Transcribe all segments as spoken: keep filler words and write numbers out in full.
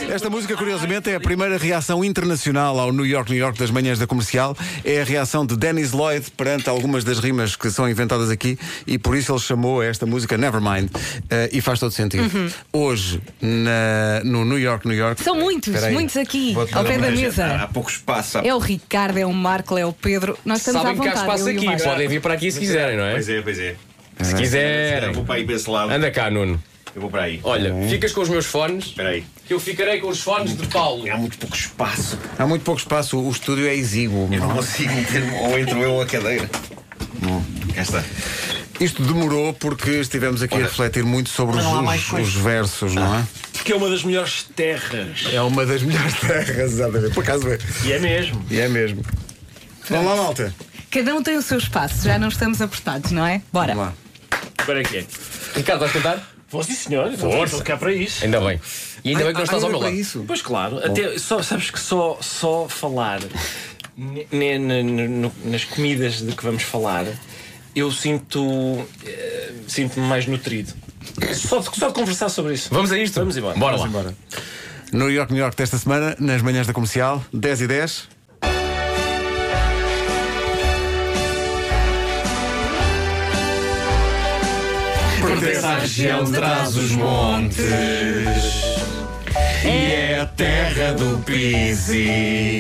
Esta música, curiosamente, é a primeira reação internacional ao New York, New York das manhãs da Comercial. É a reação de Dennis Lloyd perante algumas das rimas que são inventadas aqui e por isso ele chamou esta música Nevermind. Uh, e faz todo sentido. Uhum. Hoje, na, no New York, New York... São muitos, muitos aqui, ao pé da mesa. Há, há pouco espaço. Há... É o Ricardo, é o Marco, é o Pedro. Nós estamos Sabem à vontade, que há espaço aqui, podem vir para aqui se quiserem, não é? Pois é, pois é. Se quiserem. Eu vou para aí para esse lado. Anda cá, Nuno. Eu vou para aí. Olha, uhum. ficas com os meus fones. Espera aí. Que eu ficarei com os fones de Paulo. Há muito pouco espaço. Há muito pouco espaço, o estúdio é exíguo. Eu não consigo meter, ou entro eu ou a cadeira. Hum, cá está. Isto demorou porque estivemos aqui Ora, a refletir muito sobre os, os, os versos, não é? Porque é uma das melhores terras. É uma das melhores terras, exatamente. Por acaso é. E é mesmo. E é mesmo. Vamos lá, malta. Cada um tem o seu espaço, já não estamos apertados, não é? Bora. Vamos lá. Para quê? Ricardo, vais cantar? Vou sim, senhor. Força. Vou cá para isso. Ainda bem. E ainda ai, bem que não estás ai, ao meu lado. Isso. Pois claro. Até, só, sabes que só, só falar n- n- n- nas comidas de que vamos falar, eu sinto. Uh, sinto-me mais nutrido. Só de, só de conversar sobre isso. Vamos a isto? Vamos embora. Bora Vamos lá. embora. New York, New York desta semana, nas manhãs da Comercial, dez e dez. Pertence à região de trás os montes e é a terra do Pizzi.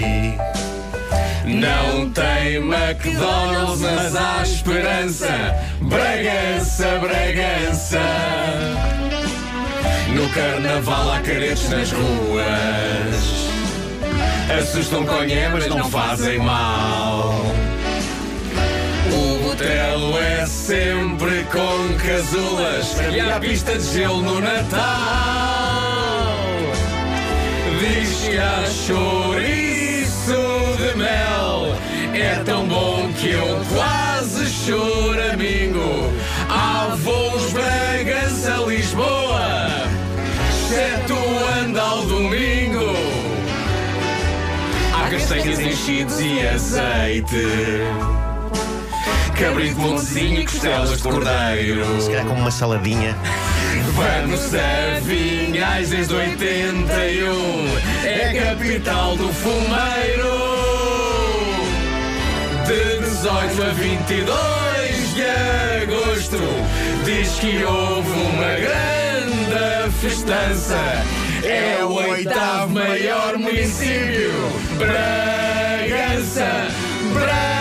Não tem McDonald's, mas há esperança. Bragança, Bragança. No carnaval há caretos nas ruas. Assustam conhé, mas não fazem mal. O Botelo é sempre com casulas e há pista de gelo no Natal. Diz que há chouriço de mel, é tão bom que eu quase choramingo. Há voos Bragança-Lisboa, exceto o Andal domingo. Há castanhas enchidos e azeite, cabrito montezinho e costelas de cordeiro. Se calhar com uma saladinha. Vamos a Vinhais desde oitenta e um, é capital do fumeiro. De dezoito a vinte e dois de agosto, diz que houve uma grande festança. É o oitavo maior município. Bragança, Bragança.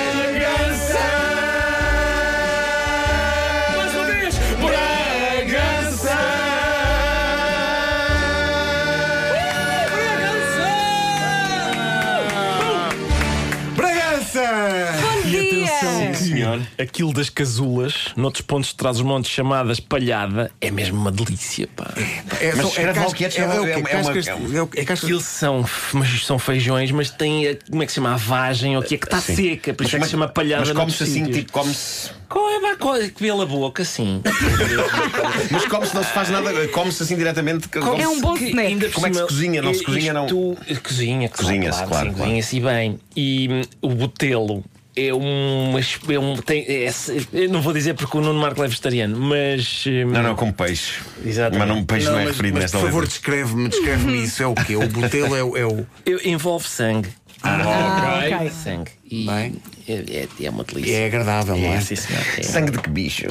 Bom dia! Senhor, aquilo das casulas, noutros pontos de trás dos montes, chamadas palhada, é mesmo uma delícia, pá. É, Mas são- é escreve lá o casca- que é, é, é o uma- quê? é uma- Cascas- é uma- é o quê? É cascas- Aquilo são, mas são feijões, mas tem, a- como é que se chama? A vagem, ou que é que está seca, por isso é que se chama palhada. Mas come-se noutros assim, sítios. tipo, come-se. Qual é a co- que pela boca, assim? Mas come-se, não se faz nada, come-se assim diretamente. come-se- É um bom Que snack. ainda por Como é que se cima, cozinha? Não se cozinha, não? isto- Cozinha, Cozinha-se, claro, claro, sim, claro. cozinha-se bem. E hum, o Botelo é um. É um tem, é, eu não vou dizer porque o Nuno Marco é vegetariano, mas. hum, Não, não, como peixe. Exatamente. Mas não, peixe não, é mas, referido mas, nesta por favor, letra. descreve-me, descreve-me isso. É o quê? O Botelo é, o- é o. eu- envolve sangue. Ah, ok. Sangue. E Bem. é, é, é uma delícia. É agradável, não é? É, sim, senhor. É. Sangue de que bicho?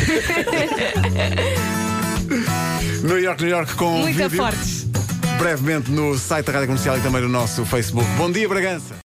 New York, New York com Muito vídeo. fortes. Brevemente no site da Rádio Comercial e também no nosso Facebook. Bom dia, Bragança!